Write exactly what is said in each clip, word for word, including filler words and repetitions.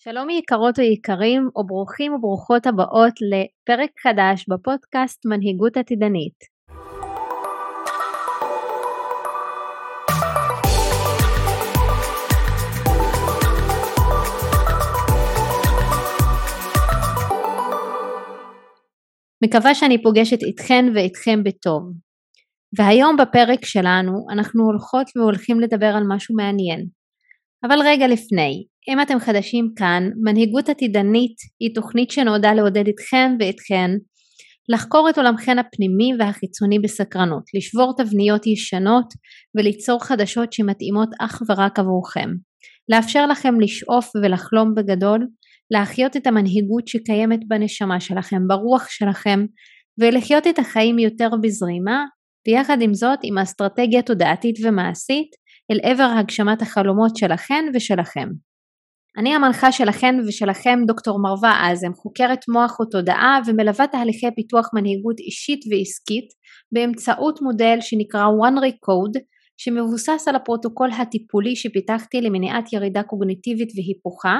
שלום יקרות ויקרים וברוכים וברוכות הבאות לפרק חדש בפודקאסט מנהיגות עתידנית. מקווה שאני פוגשת איתכן ואיתכם בטוב. והיום בפרק שלנו אנחנו הולכות והולכים לדבר על משהו מעניין. אבל רגע לפני, אם אתם חדשים כאן, מנהיגות עתידנית היא תוכנית שנועדה לעודד אתכם ואתכן לחקור את עולמכן הפנימי והחיצוני בסקרנות, לשבור תבניות ישנות וליצור חדשות שמתאימות אך ורק עבורכם, לאפשר לכם לשאוף ולחלום בגדול, להחיות את המנהיגות שקיימת בנשמה שלכם, ברוח שלכם, ולחיות את החיים יותר בזרימה, ויחד עם זאת עם אסטרטגיה תודעתית ומעשית אל עבר הגשמת החלומות שלכן ושלכם. אני המנחה שלכן ושלכם דוקטור מרווה אזם, חוקרת מוח ותודעה ומלווה תהליכי פיתוח מנהיגות אישית ועסקית באמצעות מודל שנקרא One Recode, שמבוסס על הפרוטוקול הטיפולי שפיתחתי למניעת ירידה קוגניטיבית והיפוכה,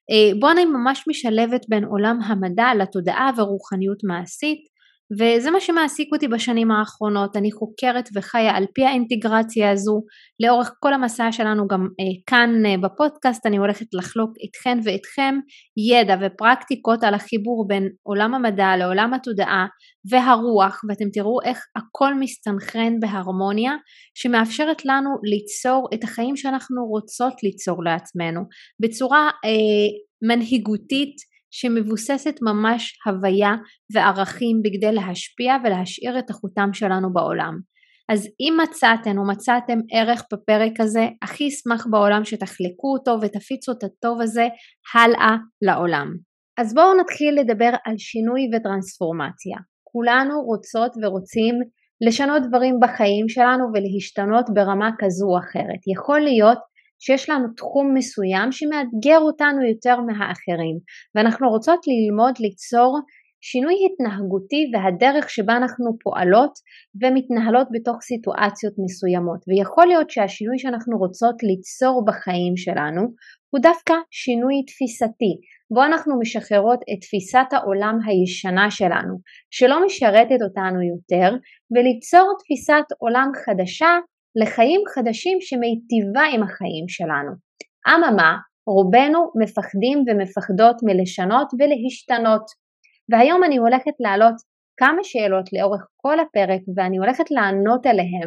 בו אני ממש משלבת בין עולם המדע לתודעה ורוחניות מעשית, וזה מה שמעסיק אותי בשנים האחרונות. אני חוקרת וחיה על פי האינטגרציה הזו לאורך כל המסע שלנו. גם אה, כאן אה, בפודקאסט אני הולכת לחלוק איתכן ואיתכם ידע ופרקטיקות על החיבור בין עולם המדע לעולם התודעה והרוח, ואתם תראו איך הכל מסתנכרן בהרמוניה שמאפשרת לנו ליצור את החיים שאנחנו רוצות ליצור לעצמנו בצורה אה, מנהיגותית שמבוססת ממש הוויה וערכים בכדי להשפיע ולהשאיר את החותם שלנו בעולם. אז אם מצאתם או מצאתם ערך בפרק הזה, הכי אשמח בעולם שתחלקו אותו ותפיצו את הטוב הזה הלאה לעולם. אז בואו נתחיל לדבר על שינוי וטרנספורמציה. כולנו רוצות ורוצים לשנות דברים בחיים שלנו ולהשתנות ברמה כזו או אחרת. יכול להיות שיש לנו תחום מסוים שמאתגר אותנו יותר מהאחרים, ואנחנו רוצות ללמוד ליצור שינוי התנהגותי והדרך שבה אנחנו פועלות ומתנהלות בתוך סיטואציות מסוימות. ויכול להיות שהשינוי שאנחנו רוצות ליצור בחיים שלנו הוא דווקא שינוי תפיסתי, בו אנחנו משחררות את תפיסת העולם הישנה שלנו שלא משרתת אותנו יותר, וליצור תפיסת עולם חדשה לחיים חדשים שמיטיבה עם החיים שלנו. אממה, רובנו מפחדים ומפחדות מלשנות ולהשתנות. והיום אני הולכת להעלות כמה שאלות לאורך כל הפרק ואני הולכת לענות עליהם,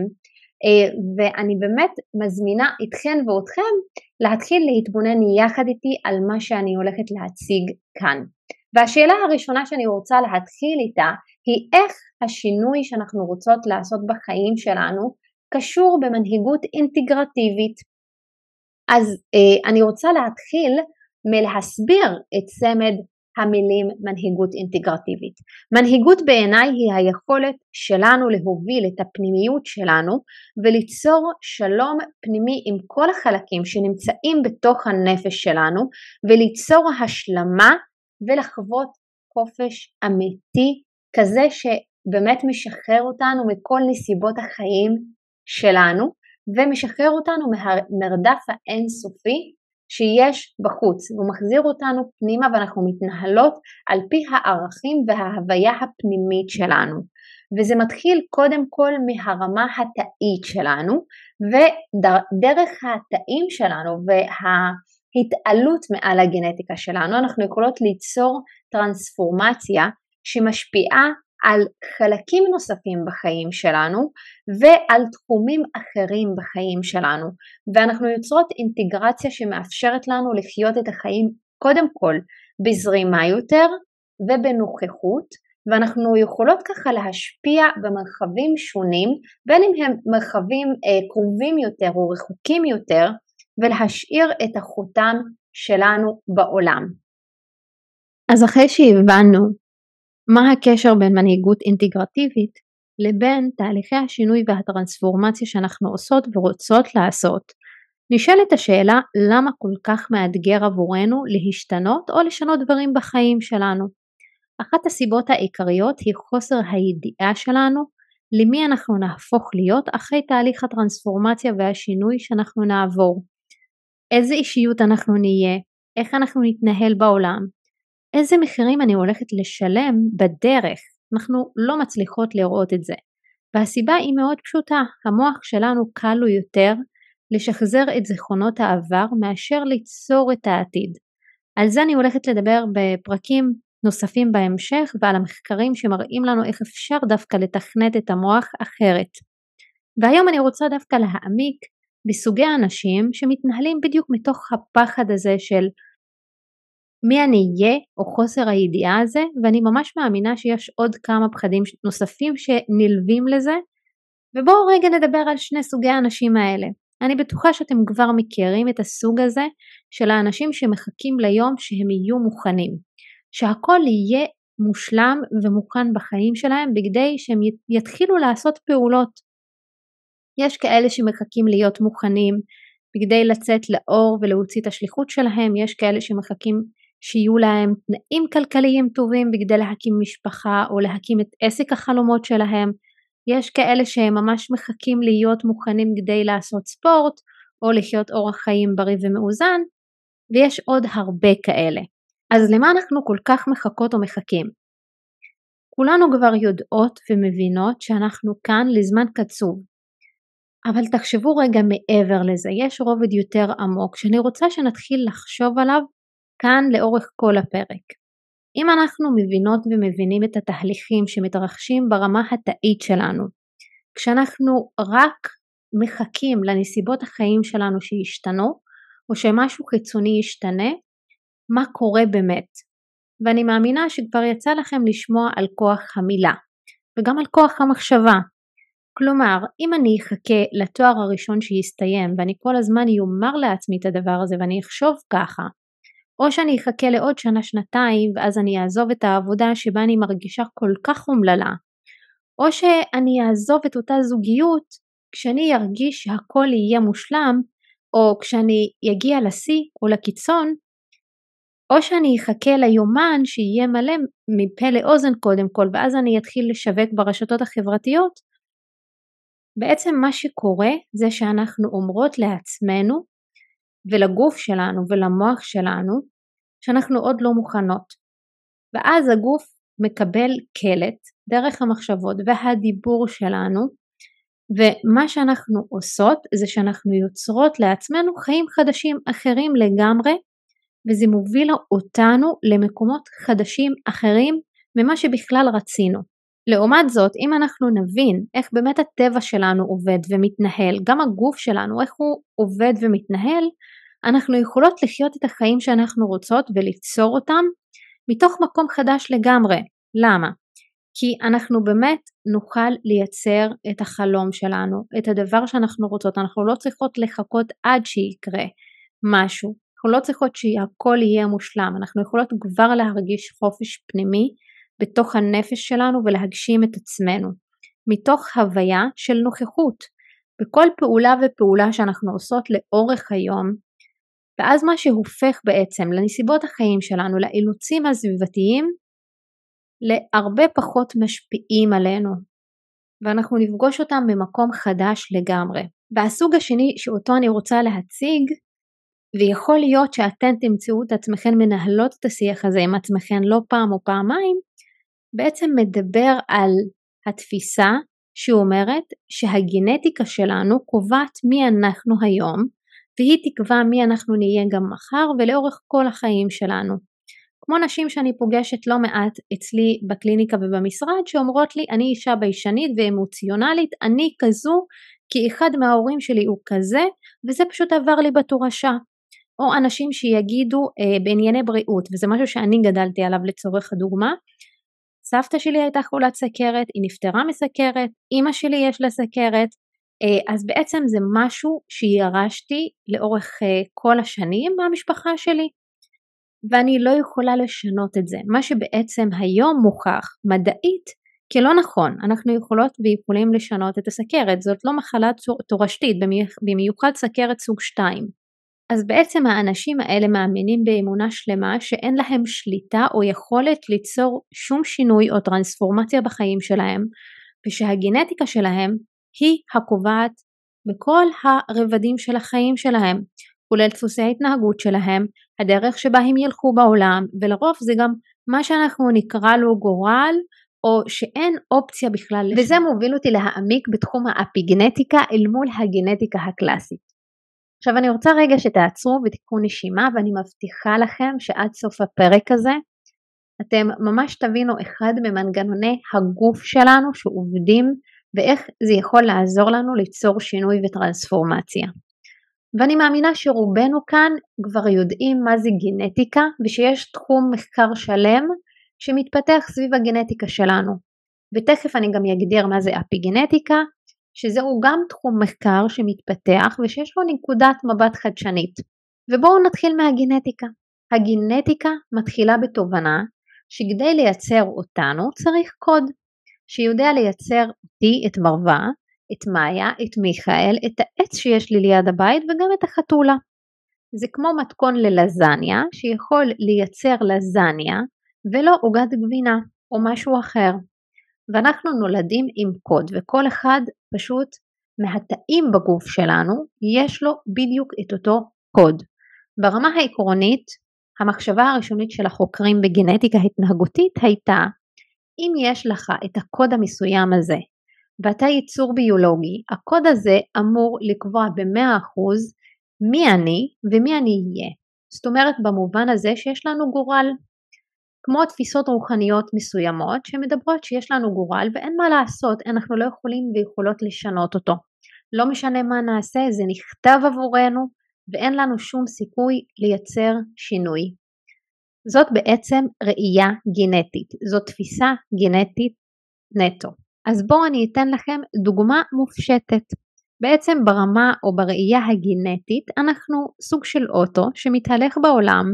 ואני באמת מזמינה אתכן ואתכם להתחיל להתבונן יחד איתי על מה שאני הולכת להציג כאן. והשאלה הראשונה שאני רוצה להתחיל איתה היא איך השינוי שאנחנו רוצות לעשות בחיים שלנו קשור במנהיגות אינטגרטיבית. אז אה, אני רוצה להתחיל מלהסביר את צמד המילים מנהיגות אינטגרטיבית. מנהיגות בעיניי היא היכולת שלנו להוביל את הפנימיות שלנו וליצור שלום פנימי עם כל החלקים שנמצאים בתוך הנפש שלנו, וליצור השלמה ולחוות חופש אמיתי כזה שבאמת משחרר אותנו מכל נסיבות החיים שלנו ומשחרר אותנו מהמרדף האינסופי שיש בחוץ, הוא מחזיר אותנו פנימה ואנחנו מתנהלות על פי הערכים וההוויה הפנימית שלנו. וזה מתחיל קודם כל מהרמה התאית שלנו, ודרך התאים שלנו וההתעלות מעל הגנטיקה שלנו אנחנו יכולות ליצור טרנספורמציה שמשפיעה על חלקים נוספים בחיים שלנו ועל תחומים אחרים בחיים שלנו, ואנחנו יוצרות אינטגרציה שמאפשרת לנו לחיות את החיים קודם כל בזרימה יותר ובנוכחות, ואנחנו יכולות ככה להשפיע במרחבים שונים, בין אם הם מרחבים אה, קרובים יותר או רחוקים יותר, ולהשאיר את החותם שלנו בעולם. אז אחרי שהבנו מה הקשר בין מנהיגות אינטגרטיבית לבין תהליכי השינוי והטרנספורמציה שאנחנו עושות ורוצות לעשות, נשאלת השאלה למה כל כך מאתגר עבורנו להשתנות או לשנות דברים בחיים שלנו. אחת הסיבות העיקריות היא חוסר הידיעה שלנו למי אנחנו נהפוך להיות אחרי תהליך הטרנספורמציה והשינוי שאנחנו נעבור. איזה אישיות אנחנו נהיה, איך אנחנו נתנהל בעולם, איזה מחירים אני הולכת לשלם בדרך, אנחנו לא מצליחות לראות את זה. והסיבה היא מאוד פשוטה, המוח שלנו קל לו יותר לשחזר את זיכרונות העבר מאשר ליצור את העתיד. על זה אני הולכת לדבר בפרקים נוספים בהמשך ועל המחקרים שמראים לנו איך אפשר דווקא לתכנת את המוח אחרת. והיום אני רוצה דווקא להעמיק בסוגי האנשים שמתנהלים בדיוק מתוך הפחד הזה של מי אני אהיה או חוסר הידיעה הזה, ואני ממש מאמינה שיש עוד כמה פחדים נוספים שנלווים לזה, ובואו רגע נדבר על שני סוגי האנשים האלה. אני בטוחה שאתם כבר מכירים את הסוג הזה של האנשים שמחכים ליום שהם יהיו מוכנים, שהכל יהיה מושלם ומוכן בחיים שלהם בכדי שהם יתחילו לעשות פעולות. יש כאלה שמחכים להיות מוכנים בכדי לצאת לאור ולהוציא את השליחות שלהם, יש כאלה שמחכים שיהיו להם תנאים כלכליים טובים בכדי להקים משפחה או להקים את עסק החלומות שלהם, יש כאלה שהם ממש מחכים להיות מוכנים כדי לעשות ספורט או לחיות אורח חיים בריא ומאוזן, ויש עוד הרבה כאלה. אז למה אנחנו כל כך מחכות או מחכים? כולנו כבר יודעות ומבינות שאנחנו כאן לזמן קצוב, אבל תחשבו רגע מעבר לזה, יש רובד יותר עמוק שאני רוצה שנתחיל לחשוב עליו כאן לאורך כל הפרק. אם אנחנו מבינות ומבינים את התהליכים שמתרחשים ברמה התאית שלנו, כשאנחנו רק מחכים לנסיבות החיים שלנו שישתנו, או שמשהו חיצוני ישתנה, מה קורה באמת? ואני מאמינה שכבר יצא לכם לשמוע על כוח המילה, וגם על כוח המחשבה. כלומר, אם אני אחכה לתואר הראשון שיסתיים, ואני כל הזמן יאמר לעצמי את הדבר הזה, ואני אחשוב ככה, או שאני אחכה לעוד שנה שנתיים, ואז אני אעזוב את העבודה שבה אני מרגישה כל כך אומללה, או שאני אעזוב את אותה זוגיות, כשאני ארגיש שהכל יהיה מושלם, או כשאני אגיע לשיא או לקיצון, או שאני אחכה ליומן שיהיה מלא מפה לאוזן קודם כל, ואז אני אתחיל לשווק ברשתות החברתיות. בעצם מה שקורה זה שאנחנו אומרות לעצמנו ולגוף שלנו ולמוח שלנו שאנחנו עוד לא מוכנות, ואז הגוף מקבל קלט דרך המחשבות והדיבור שלנו, ומה שאנחנו עושות זה שאנחנו יוצרות לעצמנו חיים חדשים אחרים לגמרי, וזה מוביל אותנו למקומות חדשים אחרים ממה שבכלל רצינו. לעומת זאת, אם אנחנו נבין איך באמת הטבע שלנו עובד ומתנהל, גם הגוף שלנו איך הוא עובד ומתנהל, אנחנו יכולות לחיות את החיים שאנחנו רוצות וליצור אותם מתוך מקום חדש לגמרי. למה? כי אנחנו באמת נוכל לייצר את החלום שלנו, את הדבר שאנחנו רוצות. אנחנו לא צריכות לחכות עד שיקרה משהו, אנחנו לא צריכות שהכל יהיה מושלם, אנחנו יכולות כבר להרגיש חופש פנימי בתוך הנפש שלנו ולהגשים את עצמנו, מתוך הוויה של נוכחות, בכל פעולה ופעולה שאנחנו עושות לאורך היום, ואז מה שהופך בעצם לנסיבות החיים שלנו, לאילוצים הסביבתיים, להרבה פחות משפיעים עלינו, ואנחנו נפגוש אותם במקום חדש לגמרי. והסוג השני שאותו אני רוצה להציג, ויכול להיות שאתן תמצאו את עצמכן מנהלות את השיח הזה עם עצמכן לא פעם או פעמיים, בעצם מדבר על התפיסה שאומרת שהגנטיקה שלנו קובעת מי אנחנו היום, והיא תקבע מי אנחנו נהיה גם מחר ולאורך כל החיים שלנו. כמו נשים שאני פוגשת לא מעט אצלי בקליניקה ובמשרד שאומרות לי אני אישה ביישנית ואמוציונלית, אני כזו כי אחד מההורים שלי הוא כזה וזה פשוט עבר לי בתורשה. או אנשים שיגידו אה, בענייני בריאות, וזה משהו שאני גדלתי עליו לצורך הדוגמה, סבתא שלי הייתה חולת סכרת, היא נפטרה מסכרת, אמא שלי יש לה סכרת, אה, אז בעצם זה משהו שירשתי לאורך אה, כל השנים מהמשפחה שלי, ואני לא יכולה לשנות את זה. מה שבעצם היום מוכח מדעית כלא נכון, אנחנו יכולות ויכולים לשנות את הסכרת, זאת לא מחלה תורשתית, במיוחד סכרת סוג שתיים. אז בעצם האנשים האלה מאמינים באמונה שלמה שאין להם שליטה או יכולת ליצור שום שינוי או טרנספורמציה בחיים שלהם, ושהגנטיקה שלהם היא הקובעת בכל הרבדים של החיים שלהם, כולל דפוסי ההתנהגות שלהם, הדרך שבה הם ילכו בעולם, ולרוב זה גם מה שאנחנו נקרא לו גורל, או שאין אופציה בכלל לשם. וזה מוביל אותי להעמיק בתחום האפיגנטיקה אל מול הגנטיקה הקלאסית. עכשיו אני רוצה רגע שתעצרו ותיקחו נשימה, ואני מבטיחה לכם שעד סוף הפרק הזה, אתם ממש תבינו אחד ממנגנוני הגוף שלנו שעובדים, ואיך זה יכול לעזור לנו ליצור שינוי וטרנספורמציה. ואני מאמינה שרובנו כאן כבר יודעים מה זה גנטיקה, ושיש תחום מחקר שלם שמתפתח סביב הגנטיקה שלנו. ותכף אני גם אגדיר מה זה אפיגנטיקה, שזהו גם תחום מחקר שמתפתח ושיש לו נקודת מבט חדשנית. ובואו נתחיל מהגנטיקה. הגנטיקה מתחילה בתובנה שכדי לייצר אותנו צריך קוד, שיודע לייצר אותי, את מרווה, את מאיה, את מיכאל, את העץ שיש לי ליד הבית וגם את החתולה. זה כמו מתכון ללזניה שיכול לייצר לזניה ולא עוגת גבינה או משהו אחר. ואנחנו נולדים עם קוד, וכל אחד פשוט מהתאים בגוף שלנו יש לו בדיוק את אותו קוד. ברמה העקרונית, המחשבה הראשונית של החוקרים בגנטיקה התנהגותית הייתה, אם יש לך את הקוד המסוים הזה, ואתה ייצור ביולוגי, הקוד הזה אמור לקבוע ב-מאה אחוז מי אני ומי אני אהיה. זאת אומרת במובן הזה שיש לנו גורל, כמו תפיסות רוחניות מסוימות שמדברות שיש לנו גורל ואין מה לעשות, אנחנו לא יכולים ויכולות לשנות אותו. לא משנה מה נעשה, זה נכתב עבורנו ואין לנו שום סיכוי לייצר שינוי. זאת בעצם ראייה גנטית, זאת תפיסה גנטית נטו. אז בואו אני אתן לכם דוגמה מופשטת. בעצם ברמה או בראייה הגנטית אנחנו סוג של אוטו שמתהלך בעולם,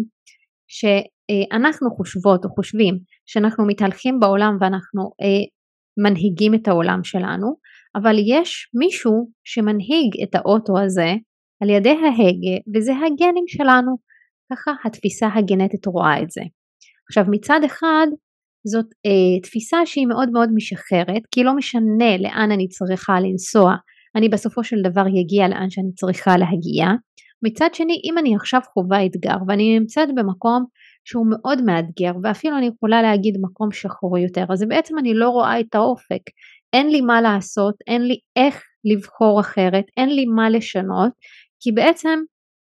שאנחנו חושבות או חושבים שאנחנו מתהלכים בעולם ואנחנו אה, מנהיגים את העולם שלנו, אבל יש מישהו שמנהיג את האוטו הזה על ידי ההגה וזה הגנים שלנו. ככה התפיסה הגנטית רואה את זה. עכשיו מצד אחד זאת אה, תפיסה שהיא מאוד מאוד משחררת, כי לא משנה לאן אני צריכה לנסוע, אני בסופו של דבר יגיע לאן שאני צריכה להגיע. מצד שני, אם אני עכשיו חווה אתגר ואני נמצאת במקום שהוא מאוד מאתגר, ואפילו אני יכולה להגיד מקום שחור יותר, אז בעצם אני לא רואה את האופק, אין לי מה לעשות, אין לי איך לבחור אחרת, אין לי מה לשנות, כי בעצם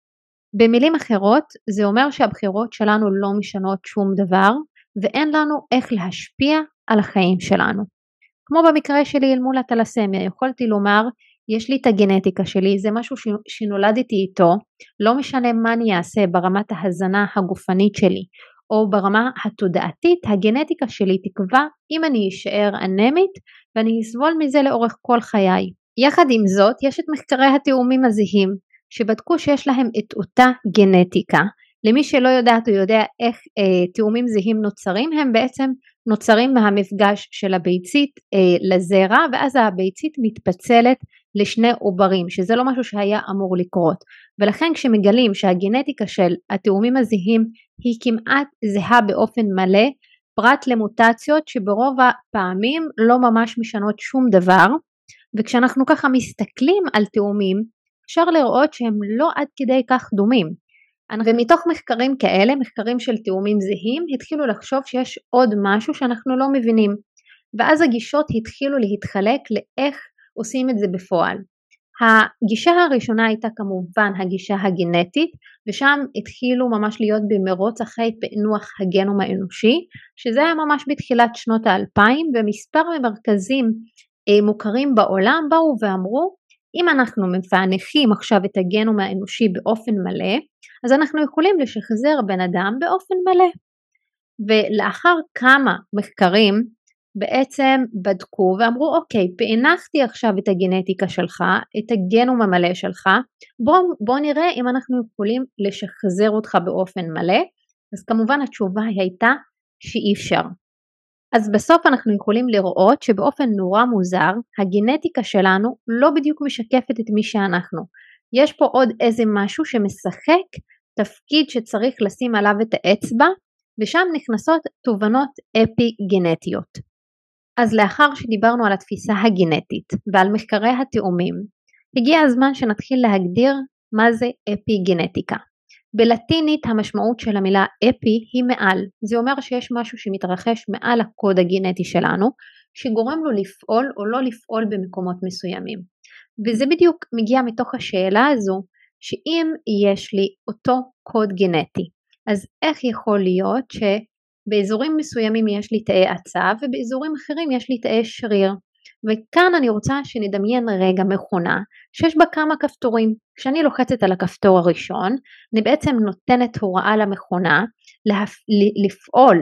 במילים אחרות זה אומר שהבחירות שלנו לא משנות שום דבר, ואין לנו איך להשפיע על החיים שלנו. כמו במקרה שלי אל מול התלסמיה, יכולתי לומר, יש לי את הגנטיקה שלי, זה משהו שנולדתי איתו, לא משנה מה אני אעשה ברמת ההזנה הגופנית שלי, או ברמה התודעתית, הגנטיקה שלי תקבע אם אני אשאר אנמית, ואני אסבול מזה לאורך כל חיי. יחד עם זאת, יש את מחקרי התאומים הזהים, שבדקו שיש להם את אותה גנטיקה. למי שלא יודעת או יודע איך אה, תאומים זהים נוצרים, הם בעצם נוצרים מהמפגש של הביצית אה, לזרע, ואז הביצית מתפצלת לשני עוברים, שזה לא משהו שהיה אמור לקרות. ולכן כשמגלים שהגנטיקה של התאומים הזהים היא כמעט זהה באופן מלא, פרט למוטציות שברוב הפעמים לא ממש משנות שום דבר, וכשאנחנו ככה מסתכלים על תאומים, אפשר לראות שהם לא עד כדי כך דומים. ומתוך מחקרים כאלה, מחקרים של תאומים זהים, התחילו לחשוב שיש עוד משהו שאנחנו לא מבינים, ואז הגישות התחילו להתחלק לאיך עושים את זה בפועל. הגישה הראשונה הייתה כמובן הגישה הגנטית, ושם התחילו ממש להיות במרוץ אחרי פענוח הגנום האנושי, שזה היה ממש בתחילת שנות האלפיים, ומספר ממרכזים מוכרים בעולם באו ואמרו, אם אנחנו מפענחים עכשיו את הגנום האנושי באופן מלא, אז אנחנו יכולים לשחזר בן אדם באופן מלא. ולאחר כמה מחקרים בעצם בדקו ואמרו, אוקיי, פענחתי עכשיו את הגנטיקה שלך, את הגנום המלא שלך, בוא, בוא נראה אם אנחנו יכולים לשחזר אותך באופן מלא. אז כמובן התשובה הייתה שאי אפשר. אז בסוף אנחנו יכולים לראות שבאופן נורא מוזר, הגנטיקה שלנו לא בדיוק משקפת את מי שאנחנו. יש פה עוד איזה משהו שמשחק תפקיד שצריך לשים עליו את האצבע, ושם נכנסות תובנות אפי גנטיות. אז לאחר שדיברנו על התפיסה הגנטית ועל מחקרי התאומים, הגיע הזמן שנתחיל להגדיר מה זה אפיגנטיקה? בלטינית המשמעות של המילה אפי היא מעל, זה אומר שיש משהו שמתרחש מעל הקוד הגנטי שלנו, שגורם לו לפעול או לא לפעול במקומות מסוימים. וזה בדיוק מגיע מתוך השאלה הזו, שאם יש לי אותו קוד גנטי, אז איך יכול להיות שבאזורים מסוימים יש לי תאי עצב ובאזורים אחרים יש לי תאי שריר? וכאן אני רוצה שנדמיין רגע מכונה שיש בה כמה כפתורים. כשאני לוחצת על הכפתור הראשון, אני בעצם נותנת הוראה למכונה לפעול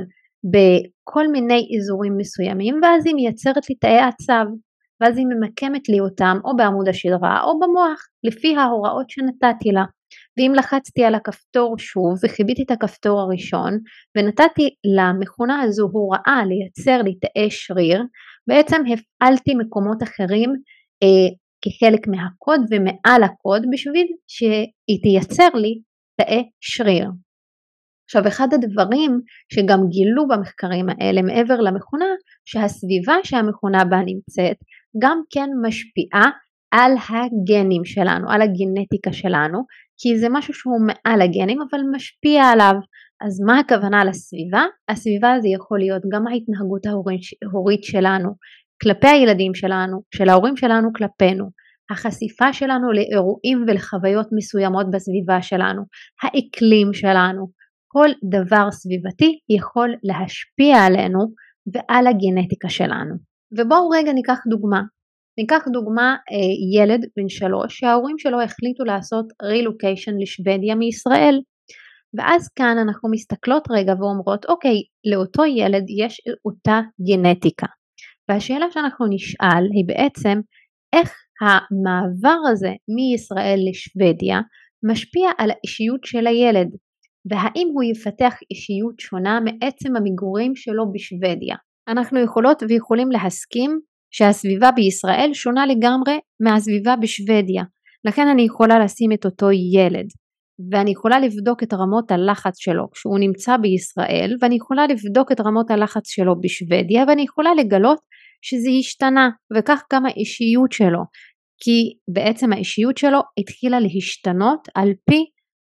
בכל מיני אזורים מסוימים, ואז היא מייצרת לי תאי עצב, ואז היא ממקמת לי אותם או בעמוד השדרה או במוח, לפי ההוראות שנתתי לה. ואם לחצתי על הכפתור שוב וחיביתי את הכפתור הראשון, ונתתי למכונה הזו הוראה לייצר לי תאי שריר, בעצם הפעלתי מקומות אחרים אה, כחלק מהקוד ומעל הקוד, בשביל שהיא תייצר לי תאי שריר. עכשיו, אחד הדברים שגם גילו במחקרים האלה מעבר למכונה, שהסביבה שהמכונה בה נמצאת גם כן משפיעה על הגנים שלנו, על הגנטיקה שלנו, כי זה משהו שהוא מעל הגנים אבל משפיע עליו. אז מה הכוונה לסביבה? הסביבה זה יכול להיות גם ההתנהגות ההורית שלנו כלפי הילדים שלנו, של ההורים שלנו כלפינו, החשיפה שלנו לאירועים ולחוויות מסוימות בסביבה שלנו, האקלים שלנו, כל דבר סביבתי יכול להשפיע עלינו ועל הגנטיקה שלנו. ובואו רגע ניקח דוגמה. ניקח דוגמה ילד בן שלוש שההורים שלו החליטו לעשות רילוקיישן לשוודיה מישראל. ואז כאן אנחנו מסתכלות רגע ואומרות, אוקיי, לאותו ילד יש אותה גנטיקה. והשאלה שאנחנו נשאל היא בעצם, איך המעבר הזה מישראל לשוודיה משפיע על האישיות של הילד, והאם הוא יפתח אישיות שונה מעצם המגורים שלו בשוודיה. אנחנו יכולות ויכולים להסכים שהסביבה בישראל שונה לגמרי מהסביבה בשוודיה, לכן אני יכולה לשים את אותו ילד, ואני יכולה לבדוק את רמות הלחץ שלו כשהוא נמצא בישראל, ואני יכולה לבדוק את רמות הלחץ שלו בשוודיה, ואני יכולה לגלות שזה השתנה, וכך גם האישיות שלו, כי בעצם האישיות שלו התחילה להשתנות על פי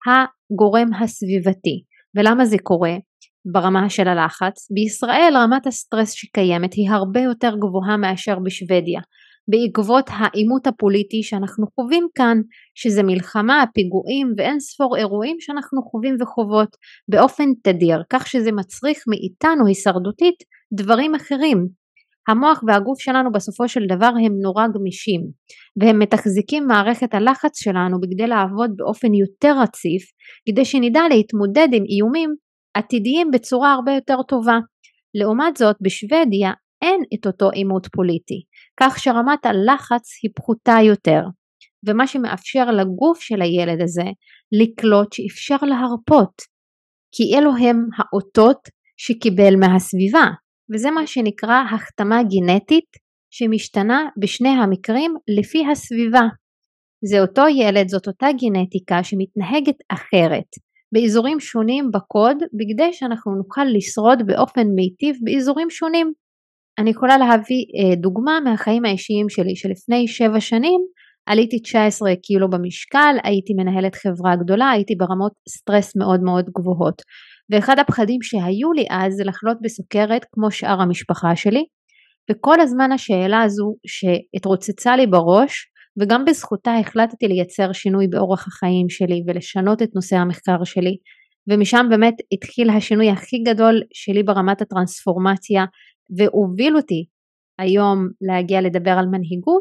הגורם הסביבתי. ולמה זה קורה? ברמה של הלחץ, בישראל רמת הסטרס שקיימת היא הרבה יותר גבוהה מאשר בשוודיה, בעקבות העימות הפוליטי שאנחנו חווים כאן, שזה מלחמה, פיגועים ואין ספור אירועים שאנחנו חווים וחוות באופן תדיר, כך שזה מצריך מאיתנו הישרדותית דברים אחרים. המוח והגוף שלנו בסופו של דבר הם נורא גמישים, והם מתחזיקים מערכת הלחץ שלנו בכדי לעבוד באופן יותר רציף, כדי שנדע להתמודד עם איומים עתידיים בצורה הרבה יותר טובה. לעומת זאת בשוודיה אין את אותו עימות פוליטי, כך שרמת הלחץ היא פחותה יותר, ומה שמאפשר לגוף של הילד הזה לקלוט שאפשר להרפות, כי אלו הם האותות שקיבל מהסביבה, וזה מה שנקרא החתמה גנטית שמשתנה בשני המקרים לפי הסביבה. זה אותו ילד, זאת אותה גנטיקה שמתנהגת אחרת באזורים שונים בקוד, בכדי שאנחנו נוכל לשרוד באופן מיטיב באזורים שונים. אני יכולה להביא אה, דוגמה מהחיים האישיים שלי, שלפני שבע שנים עליתי תשע עשרה קילו במשקל, הייתי מנהלת חברה גדולה, הייתי ברמות סטרס מאוד מאוד גבוהות, ואחד הפחדים שהיו לי אז זה לחלות בסוכרת כמו שאר המשפחה שלי, וכל הזמן השאלה הזו שהתרוצצה לי בראש, וגם בזכותה החלטתי לייצר שינוי באורח החיים שלי ולשנות את נושא המחקר שלי, ומשם באמת התחיל השינוי הכי גדול שלי ברמת הטרנספורמציה, והוביל אותי היום להגיע לדבר על מנהיגות.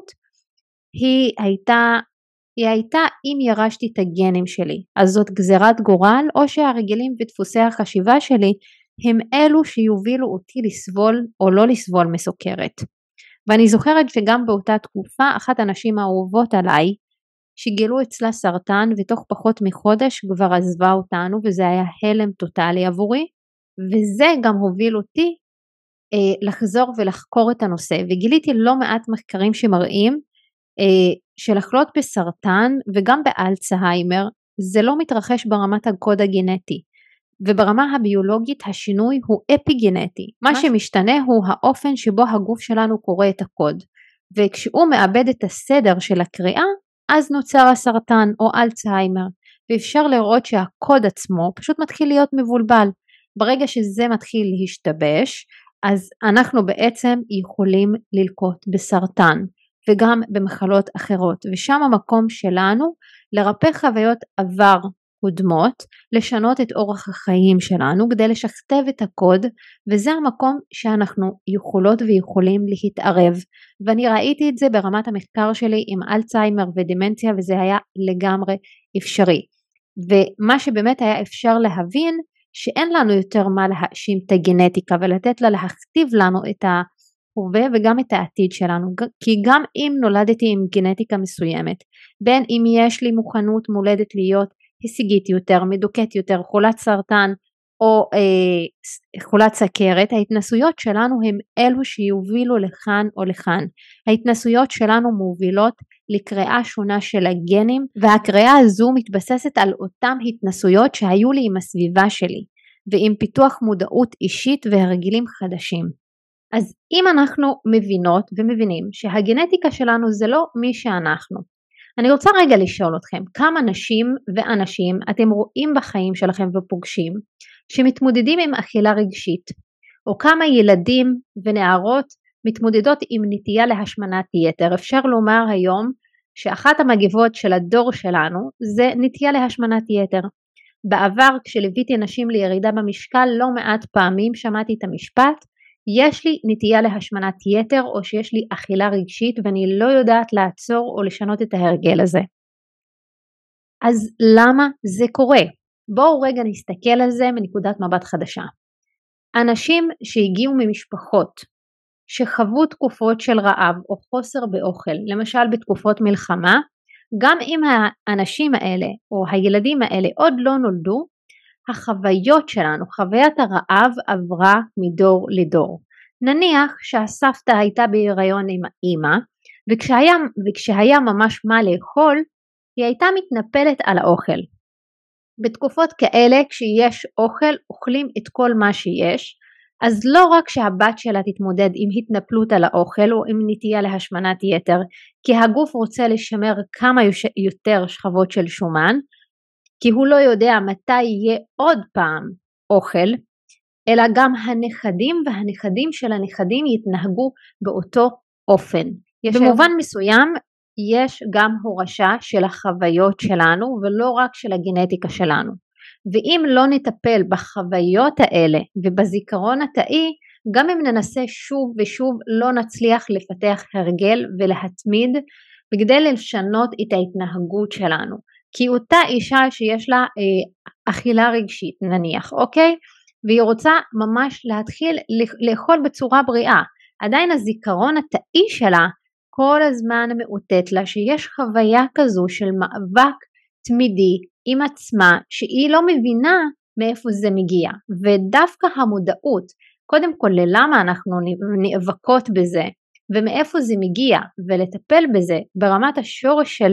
היא הייתה, היא הייתה אם ירשתי את הגנים שלי, אז זאת גזירת גורל, או שהרגילים ודפוסי החשיבה שלי הם אלו שיובילו אותי לסבול או לא לסבול מסוכרת. ואני זוכרת שגם באותה תקופה אחת הנשים האהובות עליי שגילו אצלה סרטן, ותוך פחות מחודש כבר עזבה אותנו, וזה היה הלם טוטלי עבורי, וזה גם הוביל אותי אה, לחזור ולחקור את הנושא, וגיליתי לא מעט מחקרים שמראים אה, שלחלות בסרטן וגם באלצהיימר זה לא מתרחש ברמת הקוד הגנטי, וברמה הביולוגית השינוי הוא אפיגנטי. מה שמשתנה הוא האופן שבו הגוף שלנו קורא את הקוד, וכשהוא מאבד את הסדר של הקריאה, אז נוצר הסרטן או אלצהיימר, ואפשר לראות שהקוד עצמו פשוט מתחיל להיות מבולבל. ברגע שזה מתחיל להשתבש, אז אנחנו בעצם יכולים ללקות בסרטן וגם במחלות אחרות, ושם המקום שלנו לרפא חוויות עבר קודמות, לשנות את אורח החיים שלנו כדי לשכתב את הקוד, וזה המקום שאנחנו יכולות ויכולים להתערב. ואני ראיתי את זה ברמת המחקר שלי עם אלצהיימר ודמנציה, וזה היה לגמרי אפשרי. ומה שבאמת היה אפשר להבין, שאין לנו יותר מה להאשים את הגנטיקה ולתת לה להכתיב לנו את ההווה וגם את העתיד שלנו, כי גם אם נולדתי עם גנטיקה מסוימת, בין אם יש לי מוכנות מולדת להיות הישגית יותר, מדוכאת יותר, חולת סרטן או אה, חולת סכרת, ההתנסויות שלנו הם אלו שיובילו לכאן או לכאן. ההתנסויות שלנו מובילות לקריאה שונה של הגנים, והקריאה הזו מתבססת על אותם התנסויות שהיו לי עם הסביבה שלי, ועם פיתוח מודעות אישית והרגילים חדשים. אז אם אנחנו מבינות ומבינים שהגנטיקה שלנו זה לא מי שאנחנו, אני רוצה רגע לשאול אתכם, כמה נשים ואנשים אתם רואים בחיים שלכם ופוגשים שמתמודדים עם אכילה רגשית, או כמה ילדים ונערות מתמודדות עם נטייה להשמנת יתר. אפשר לומר היום שאחת המגיבות של הדור שלנו זה נטייה להשמנת יתר. בעבר כשליוויתי נשים לירידה במשקל, לא מעט פעמים שמעתי את המשפט, יש לי נטייה להשמנת יתר או שיש לי אכילה רגשית ואני לא יודעת לעצור או לשנות את ההרגל הזה. אז למה זה קורה? בואו רגע נסתכל על זה מנקודת מבט חדשה. אנשים שהגיעו ממשפחות שחוו תקופות של רעב או חוסר באוכל, למשל בתקופות מלחמה, גם אם האנשים האלה או הילדים האלה עוד לא נולדו, החוויות שלנו, חוויית הרעב עברה מדור לדור. נניח שהסבתא הייתה בהיריון עם האמא, וכשהיה, וכשהיה ממש מה לאכול, היא הייתה מתנפלת על האוכל. בתקופות כאלה, כשיש אוכל, אוכלים את כל מה שיש, אז לא רק שהבת שלה תתמודד עם התנפלות על האוכל או עם נטייה להשמנת יתר, כי הגוף רוצה לשמר כמה יותר שכבות של שומן, כי הוא לא יודע מתי יהיה עוד פעם אוכל, אלא גם הנכדים והנכדים של הנכדים יתנהגו באותו אופן. במובן מסוים יש גם הורשה של החוויות שלנו ולא רק של הגנטיקה שלנו. ואם לא נטפל בחוויות האלה ובזיכרון התאי, גם אם ננסה שוב ושוב לא נצליח לפתח הרגל ולהתמיד בכדי לשנות את ההתנהגות שלנו. כי אותה אישה שיש לה אה, אכילה רגשית נניח, אוקיי? והיא רוצה ממש להתחיל לאכול בצורה בריאה, עדיין הזיכרון התאי שלה כל הזמן מאותת לה שיש חוויה כזו של מאבק תמידי עם עצמה, שהיא לא מבינה מאיפה זה מגיע, ודווקא המודעות, קודם כל ללמה אנחנו נאבקות בזה, ומאיפה זה מגיע, ולטפל בזה ברמת השורש של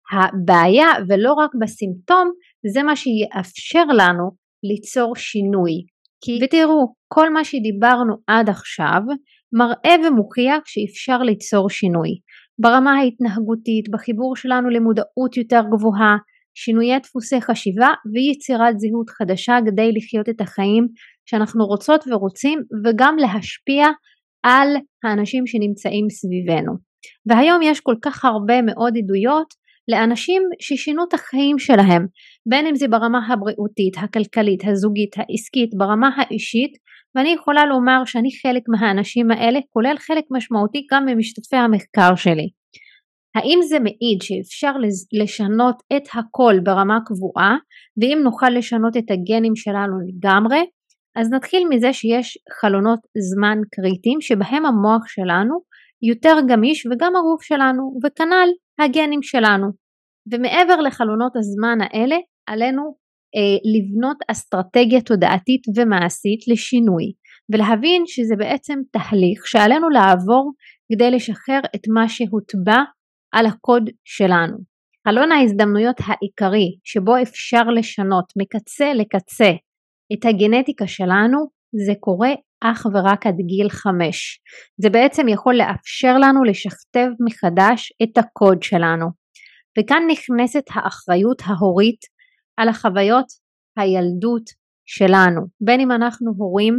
הבעיה ולא רק בסימפטום, זה מה שיאפשר לנו ליצור שינוי. כי ותראו, כל מה שדיברנו עד עכשיו מראה ומוכיח שאפשר ליצור שינוי ברמה ההתנהגותית, בחיבור שלנו למודעות יותר גבוהה, שינויי דפוסי חשיבה ויצירת זהות חדשה כדי לחיות את החיים שאנחנו רוצות ורוצים, וגם להשפיע על האנשים שנמצאים סביבנו. והיום יש כל כך הרבה מאוד עדויות לאנשים ששינו את החיים שלהם, בין אם זה ברמה הבריאותית, הכלכלית, הזוגית, העסקית, ברמה האישית, ואני יכולה לומר שאני חלק מהאנשים האלה, כולל חלק משמעותי גם ממשתתפי המחקר שלי. האם זה מעיד שאפשר לשנות את הכל ברמה קבועה, ואם נוכל לשנות את הגנים שלנו לגמרי, אז נתחיל מזה שיש חלונות זמן קריטיים שבהם המוח שלנו יותר גמיש וגם הגוף שלנו, וכנ"ל הגנים שלנו. ומעבר לחלונות הזמן האלה, עלינו אה, לבנות אסטרטגיה תודעתית ומעשית לשינוי, ולהבין שזה בעצם תהליך שעלינו לעבור כדי לשחרר את מה שהוטבע על הקוד שלנו. חלון ההזדמנויות העיקרי שבו אפשר לשנות מקצה לקצה את הגנטיקה שלנו, זה קורה אך ורק עד גיל חמש. זה בעצם יכול לאפשר לנו לשכתב מחדש את הקוד שלנו. וכאן נכנסת האחריות ההורית על החוויות הילדות שלנו, בין אם אנחנו הורים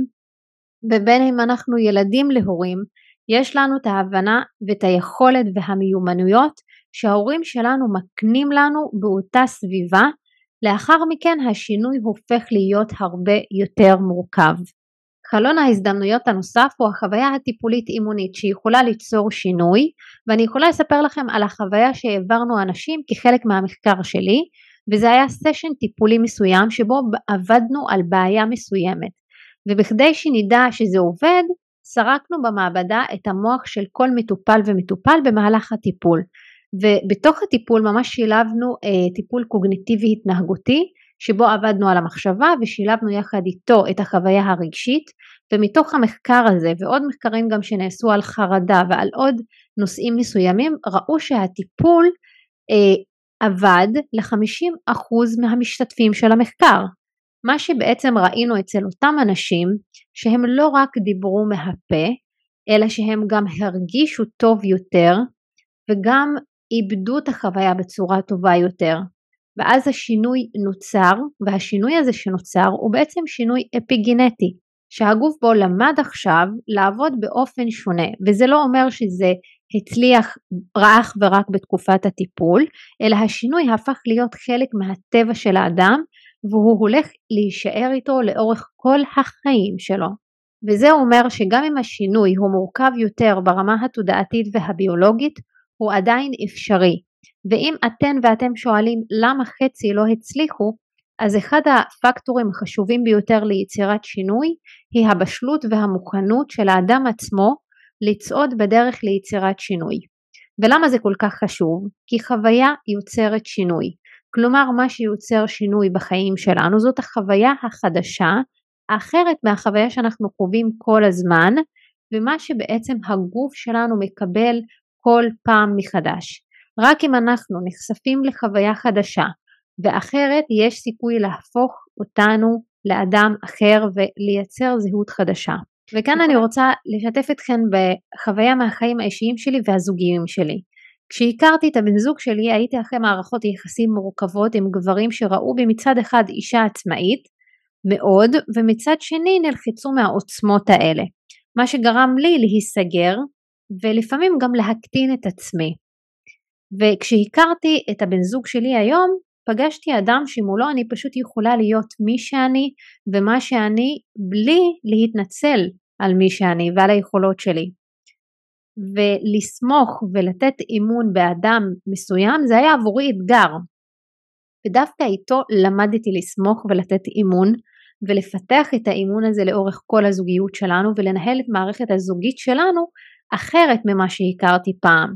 ובין אם אנחנו ילדים להורים. יש לנו את ההבנה ואת היכולת והמיומנויות שההורים שלנו מקנים לנו באותה סביבה. לאחר מכן השינוי הופך להיות הרבה יותר מורכב. חלון ההזדמנויות הנוסף הוא החוויה הטיפולית אימונית שיכולה ליצור שינוי, ואני יכולה לספר לכם על החוויה שהעברנו אנשים כחלק מהמחקר שלי, וזה היה סשן טיפולי מסוים שבו עבדנו על בעיה מסוימת, ובכדי שנדע שזה עובד סרקנו במעבדה את המוח של כל מטופל ומטופל במהלך הטיפול, ובתוך הטיפול ממש שילבנו אה, טיפול קוגניטיבי התנהגותי שבו עבדנו על המחשבה ושילבנו יחד איתו את החוויה הרגשית. ומתוך המחקר הזה ועוד מחקרים גם שנעשו על חרדה ועל עוד נושאים מסוימים ראו שהטיפול אה, עבד ל-חמישים אחוז מהמשתתפים של המחקר. מה שבעצם ראינו אצל אותם אנשים שהם לא רק דיברו מהפה אלא שהם גם הרגישו טוב יותר וגם איבדו את החוויה בצורה טובה יותר, ואז השינוי נוצר, והשינוי הזה שנוצר הוא בעצם שינוי אפיגנטי שהגוף בו למד עכשיו לעבוד באופן שונה, וזה לא אומר שזה הצליח רק ורק בתקופת הטיפול, אלא השינוי הפך להיות חלק מהטבע של האדם והוא הולך להישאר איתו לאורך כל החיים שלו. וזה אומר שגם אם השינוי הוא מורכב יותר ברמה התודעתית והביולוגית הוא עדיין אפשרי. ואם אתן ואתם שואלים למה חצי לא הצליחו, אז אחד הפקטורים החשובים ביותר ליצירת שינוי היא הבשלות והמוכנות של האדם עצמו לצעוד בדרך ליצירת שינוי. ולמה זה כל כך חשוב? כי חוויה יוצרת שינוי. כלומר מה שיוצר שינוי בחיים שלנו זאת החוויה החדשה, אחרת מהחוויה שאנחנו חווים כל הזמן, ומה שבעצם הגוף שלנו מקבל כל פעם מחדש. רק אם אנחנו נחשפים לחוויה חדשה ואחרת יש סיכוי להפוך אותנו לאדם אחר ולייצר זהות חדשה. וכאן אני רוצה לשתף אתכם בחוויה מהחיים האישיים שלי והזוגיים שלי. כשהכרתי את הבן זוג שלי הייתי אחרי מערכות יחסים מורכבות עם גברים שראו בי מצד אחד אישה עצמאית מאוד ומצד שני נלחצו מהעוצמות האלה, מה שגרם לי להיסגר ולפעמים גם להקטין את עצמי. וכשהכרתי את הבן זוג שלי היום פגשתי אדם שמולו אני פשוט יכולה להיות מי שאני ומה שאני בלי להתנצל על מי שאני ועל היכולות שלי, ולסמוך ולתת אימון באדם מסוים זה היה עבורי אתגר, ודווקא איתו למדתי לסמוך ולתת אימון ולפתח את האימון הזה לאורך כל הזוגיות שלנו ולנהל את מערכת הזוגית שלנו אחרת ממה שהכרתי פעם.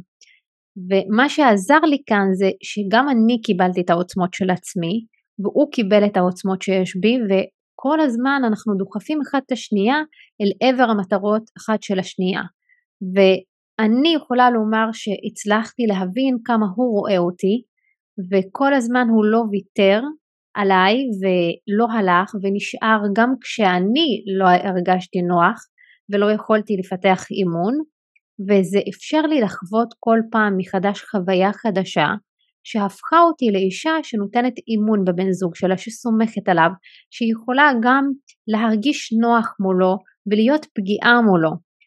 ומה שעזר לי כאן זה שגם אני קיבלתי את העוצמות של עצמי והוא קיבל את העוצמות שיש בי, וכל הזמן אנחנו דוחפים אחד את השנייה אל עבר המטרות אחת של השנייה. ואני יכולה לומר שהצלחתי להבין כמה הוא רואה אותי, וכל הזמן הוא לא ויתר עליי ולא הלך ונשאר גם כשאני לא הרגשתי נוח ולא יכולתי לפתח אימון, וזה אפשר לי לחוות כל פעם מחדש חוויה חדשה שהפכה אותי לאישה שנותנת אימון בבן זוג שלה, שסומכת עליו, שיכולה גם להרגיש נוח מולו ולהיות פגיעה מולו.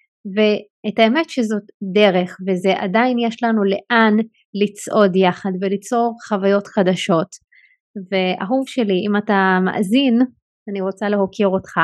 ואת האמת שזאת דרך וזה עדיין יש לנו לאן לצעוד יחד וליצור חוויות חדשות. ואהוב שלי, אם אתה מאזין אני רוצה להוקיר אותך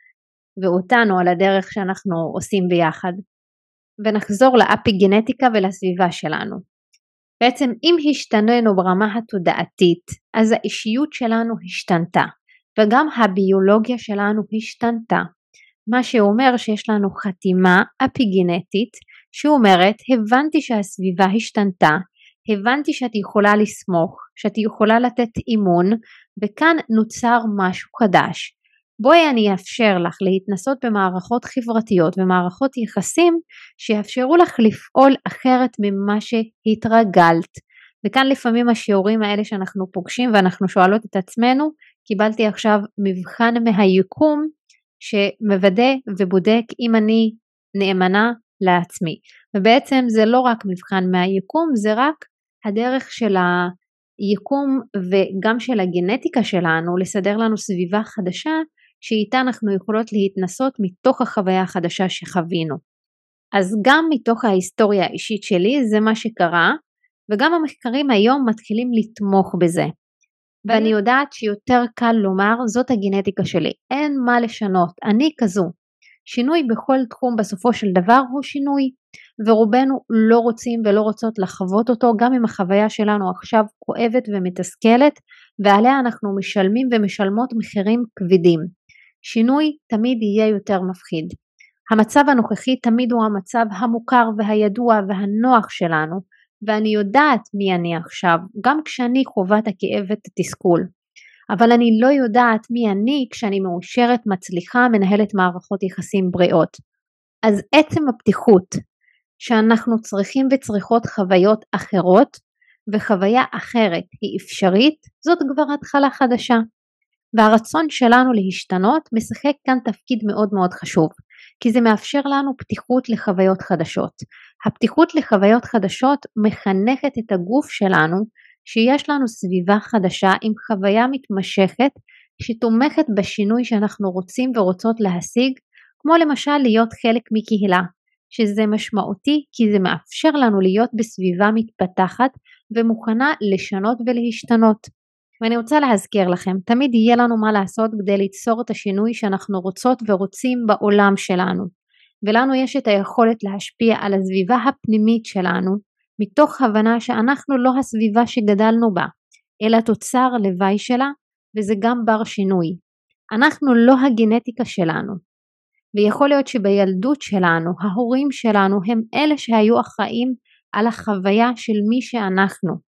ואותנו על הדרך שאנחנו עושים ביחד. ונחזור לאפיגנטיקה ולסביבה שלנו. בעצם אם השתננו ברמה התודעתית אז האישיות שלנו השתנתה וגם הביולוגיה שלנו השתנתה, מה שאומר שיש לנו חתימה אפיגנטית שאומרת הבנתי שהסביבה השתנתה, הבנתי שאת יכולה לסמוך, שאת יכולה לתת אימון, וכאן נוצר משהו חדש. בואי אני אאפשר לך להתנסות במערכות חברתיות ומערכות יחסים שיאפשרו לך לפעול אחרת ממה שהתרגלת. וכאן לפעמים השיעורים האלה שאנחנו פוגשים ואנחנו שואלות את עצמנו, קיבלתי עכשיו מבחן מהיקום שמוודא ובודק אם אני נאמנה לעצמי. ובעצם זה לא רק מבחן מהיקום, זה רק הדרך של היקום וגם של הגנטיקה שלנו לסדר לנו סביבה חדשה שאיתה אנחנו יכולות להתנסות מתוך החוויה החדשה שחווינו. אז גם מתוך ההיסטוריה האישית שלי זה מה שקרה, וגם המחקרים היום מתחילים לתמוך בזה. ואני יודעת שיותר קל לומר זאת הגנטיקה שלי, אין מה לשנות, אני כזו. שינוי בכל תחום בסופו של דבר הוא שינוי, ורובנו לא רוצים ולא רוצות לחוות אותו, גם אם החוויה שלנו עכשיו כואבת ומתסכלת, ועליה אנחנו משלמים ומשלמות מחירים כבדים. שינוי תמיד יהיה יותר מפחיד. המצב הנוכחי תמיד הוא המצב המוכר והידוע והנוח שלנו, ואני יודעת מי אני עכשיו, גם כשאני חווה את הכאב ואת התסכול. אבל אני לא יודעת מי אני כשאני מאושרת, מצליחה, מנהלת מערכות יחסים בריאות. אז עצם הפתיחות שאנחנו צריכים וצריכות חוויות אחרות, וחוויה אחרת היא אפשרית, זאת כבר התחלה חדשה. והרצון שלנו להשתנות משחק כאן תפקיד מאוד מאוד חשוב, כי זה מאפשר לנו פתיחות לחוויות חדשות. הפתיחות לחוויות חדשות מחנכת את הגוף שלנו שיש לנו סביבה חדשה עם חוויה מתמשכת שתומכת בשינוי שאנחנו רוצים ורוצות להשיג, כמו למשל להיות חלק מקהילה, שזה משמעותי כי זה מאפשר לנו להיות בסביבה מתפתחת ומוכנה לשנות ולהשתנות. ואני רוצה להזכיר לכם, תמיד יהיה לנו מה לעשות כדי ליצור את השינוי שאנחנו רוצות ורוצים בעולם שלנו, ולנו יש את היכולת להשפיע על הסביבה הפנימית שלנו, מתוך הבנה שאנחנו לא הסביבה שגדלנו בה, אלא תוצר לוואי שלה, וזה גם בר שינוי. אנחנו לא הגנטיקה שלנו, ויכול להיות שבילדות שלנו, ההורים שלנו הם אלה שהיו אחראים על החוויה של מי שאנחנו.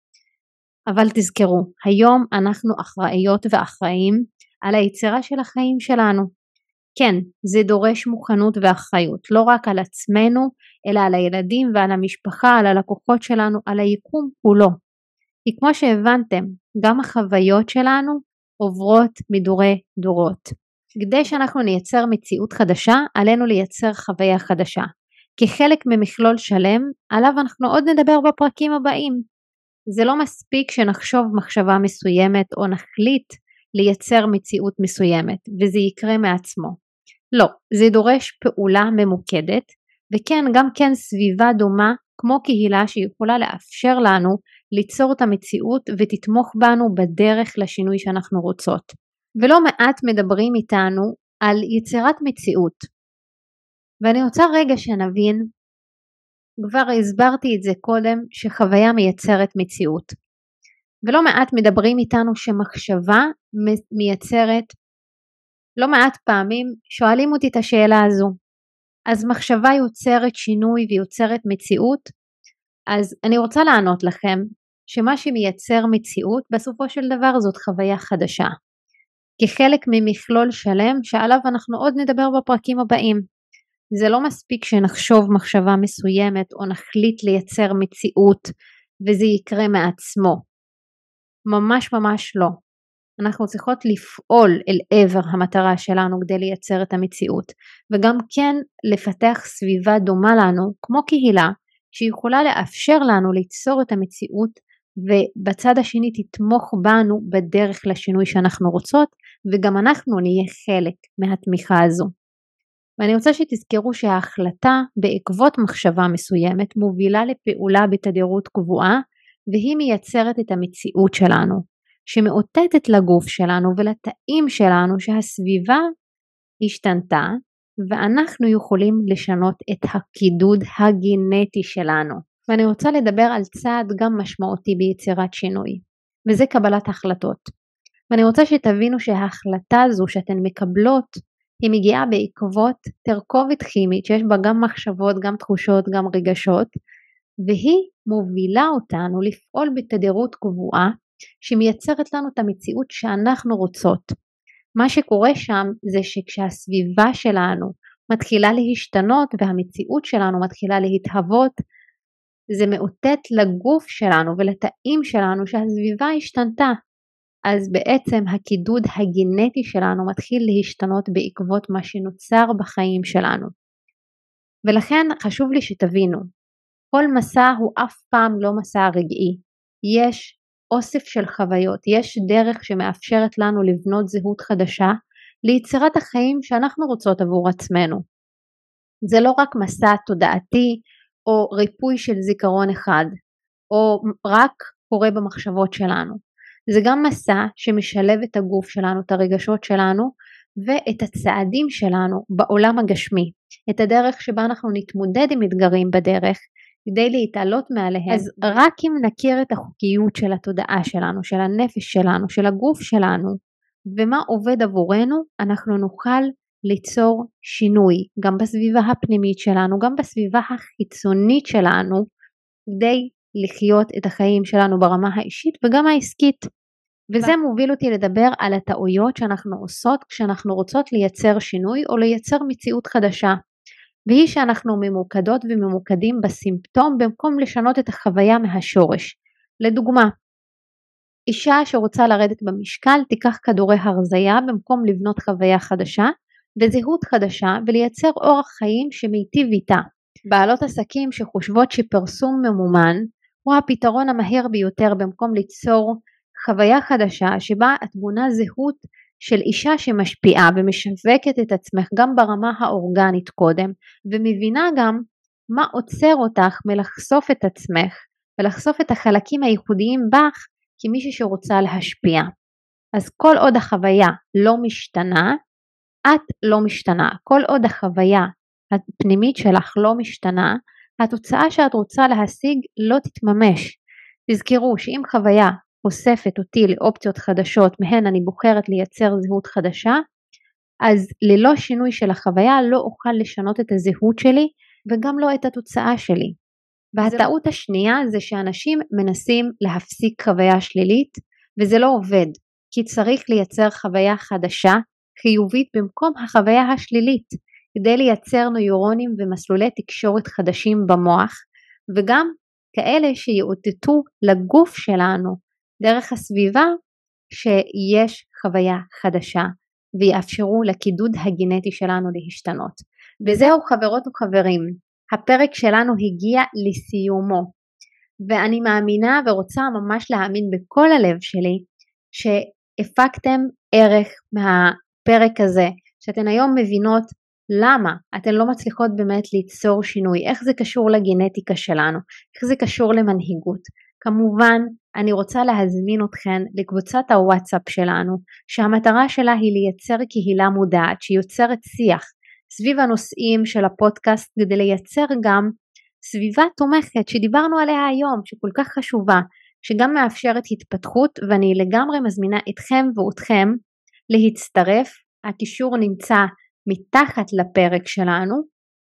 אבל תזכרו, היום אנחנו אחראיות ואחראים על היצירה של החיים שלנו. כן, זה דורש מוכנות ואחריות, לא רק על עצמנו, אלא על הילדים ועל המשפחה, על הלקוחות שלנו, על היקום כולו. כי כמו שהבנתם, גם החוויות שלנו עוברות מדורי דורות. כדי שאנחנו נייצר מציאות חדשה, עלינו לייצר חוויה חדשה. כחלק ממכלול שלם, עליו אנחנו עוד נדבר בפרקים הבאים. זה לא מספיק שנחשוב מחשבה מסוימת או נחליט לייצר מציאות מסוימת, וזה יקרה מעצמו. לא, זה דורש פעולה ממוקדת, וכן גם כן סביבה דומה כמו קהילה שיכולה לאפשר לנו ליצור את המציאות ותתמוך בנו בדרך לשינוי שאנחנו רוצות. ולא מעט מדברים איתנו על יצירת מציאות. ואני רוצה רגע שנבין, כבר הסברתי את זה קודם, שחוויה מייצרת מציאות. ולא מעט מדברים איתנו שמחשבה מייצרת, לא מעט פעמים שואלים אותי את השאלה הזו. אז מחשבה יוצרת שינוי ויוצרת מציאות? אז אני רוצה לענות לכם שמה שמייצר מציאות בסופו של דבר זאת חוויה חדשה. כחלק ממכלול שלם שעליו אנחנו עוד נדבר בפרקים הבאים. זה לא מספיק שנחשוב מחשבה מסוימת או נחליט לייצר מציאות וזה יקרה מעצמו. ממש ממש לא. אנחנו צריכות לפעול אל עבר המטרה שלנו כדי לייצר את המציאות, וגם כן לפתח סביבה דומה לנו כמו קהילה שיכולה לאפשר לנו ליצור את המציאות, ובצד השני תתמוך בנו בדרך לשינוי שאנחנו רוצות, וגם אנחנו נהיה חלק מהתמיכה הזו. ואני רוצה שתזכרו שההחלטה בעקבות מחשבה מסוימת מובילה לפעולה בתדירות קבועה, והיא מייצרת את המציאות שלנו, שמאותתת לגוף שלנו ולתאים שלנו שהסביבה השתנתה, ואנחנו יכולים לשנות את הקידוד הגנטי שלנו. ואני רוצה לדבר על צעד גם משמעותי ביצירת שינוי, וזה קבלת החלטות. ואני רוצה שתבינו שההחלטה הזו שאתן מקבלות, היא מגיעה בעקבות תרכובת כימית שיש בה גם מחשבות, גם תחושות, גם רגשות, והיא מובילה אותנו לפעול בתדירות קבועה, שמייצרת לנו את המציאות שאנחנו רוצות. מה שקורה שם זה שכשהסביבה שלנו מתחילה להשתנות והמציאות שלנו מתחילה להתהוות, זה מאותת לגוף שלנו ולתאים שלנו שהסביבה השתנתה. אז בעצם הקידוד הגנטי שלנו מתחיל להשתנות בעקבות מה שנוצר בחיים שלנו. ולכן חשוב לי שתבינו, כל מסע הוא אף פעם לא מסע רגעי. יש אוסף של חוויות, יש דרך שמאפשרת לנו לבנות זהות חדשה ליצירת החיים שאנחנו רוצות עבור עצמנו. זה לא רק מסע תודעתי או ריפוי של זיכרון אחד, או רק קורה במחשבות שלנו. זה גם מסע שמשלב את הגוף שלנו, את הרגשות שלנו, ואת הצעדים שלנו בעולם הגשמי, את הדרך שבה אנחנו נתמודד עם אתגרים בדרך, כדי להתעלות מעליהם. אז רק אם נכיר את החוקיות של התודעה שלנו, של הנפש שלנו, של הגוף שלנו, ומה עובד עבורנו, אנחנו נוכל ליצור שינוי, גם בסביבה הפנימית שלנו, גם בסביבה החיצונית שלנו, כדי לחיות את החיים שלנו ברמה האישית וגם העסקית. וזה מוביל אותי לדבר על הטעויות שאנחנו עושות כשאנחנו רוצות לייצר שינוי או לייצר מציאות חדשה. והיא שאנחנו ממוקדות וממוקדים בסימפטום במקום לשנות את החוויה מהשורש. לדוגמה, אישה שרוצה לרדת במשקל תיקח כדורי הרזיה במקום לבנות חוויה חדשה וזהות חדשה ולייצר אורח חיים שמיטיב איתה. בעלות עסקים שחושבות שפרסום ממומן הוא הפתרון המהיר ביותר במקום ליצור חוויה חדשה שבה את בונה זהות של אישה שמשפיעה ומשווקת את עצמך גם ברמה האורגנית קודם, ומבינה גם מה עוצר אותך מלחשוף את עצמך ולחשוף את החלקים הייחודיים בך כמישהי שרוצה להשפיע. אז כל עוד החוויה לא משתנה, את לא משתנה. כל עוד החוויה הפנימית שלך לא משתנה, התוצאה שאת רוצה להשיג לא תתממש. תזכרו שאם חוויה אוספת אותי לאופציות חדשות מהן אני בוחרת לייצר זהות חדשה, אז ללא שינוי של החוויה לא אוכל לשנות את הזהות שלי וגם לא את התוצאה שלי. והטעות השנייה זה שאנשים מנסים להפסיק חוויה שלילית וזה לא עובד, כי צריך לייצר חוויה חדשה חיובית במקום החוויה השלילית כדי לייצר נוירונים ומסלולי תקשורת חדשים במוח וגם כאלה שיאותתו לגוף שלנו דרך הסביבה שיש חוויה חדשה ויאפשרו לקידוד הגנטי שלנו להשתנות. וזהו חברות וחברים, הפרק שלנו הגיע לסיומו ואני מאמינה ורוצה ממש להאמין בכל הלב שלי שהפקתם ערך מהפרק הזה, שאתן היום מבינות למה אתן לא מצליחות באמת ליצור שינוי, איך זה קשור לגנטיקה שלנו, איך זה קשור למנהיגות. כמובן אני רוצה להזמין אתכן לקבוצת הוואטסאפ שלנו שהמטרה שלה היא לייצר קהילה מודעת שיוצרת שיח סביב הנושאים של הפודקאסט כדי לייצר גם סביבה תומכת שדיברנו עליה היום שכל כך חשובה, שגם מאפשרת התפתחות, ואני לגמרי מזמינה אתכם ואתכם להצטרף. הקישור נמצא מתחת לפרק שלנו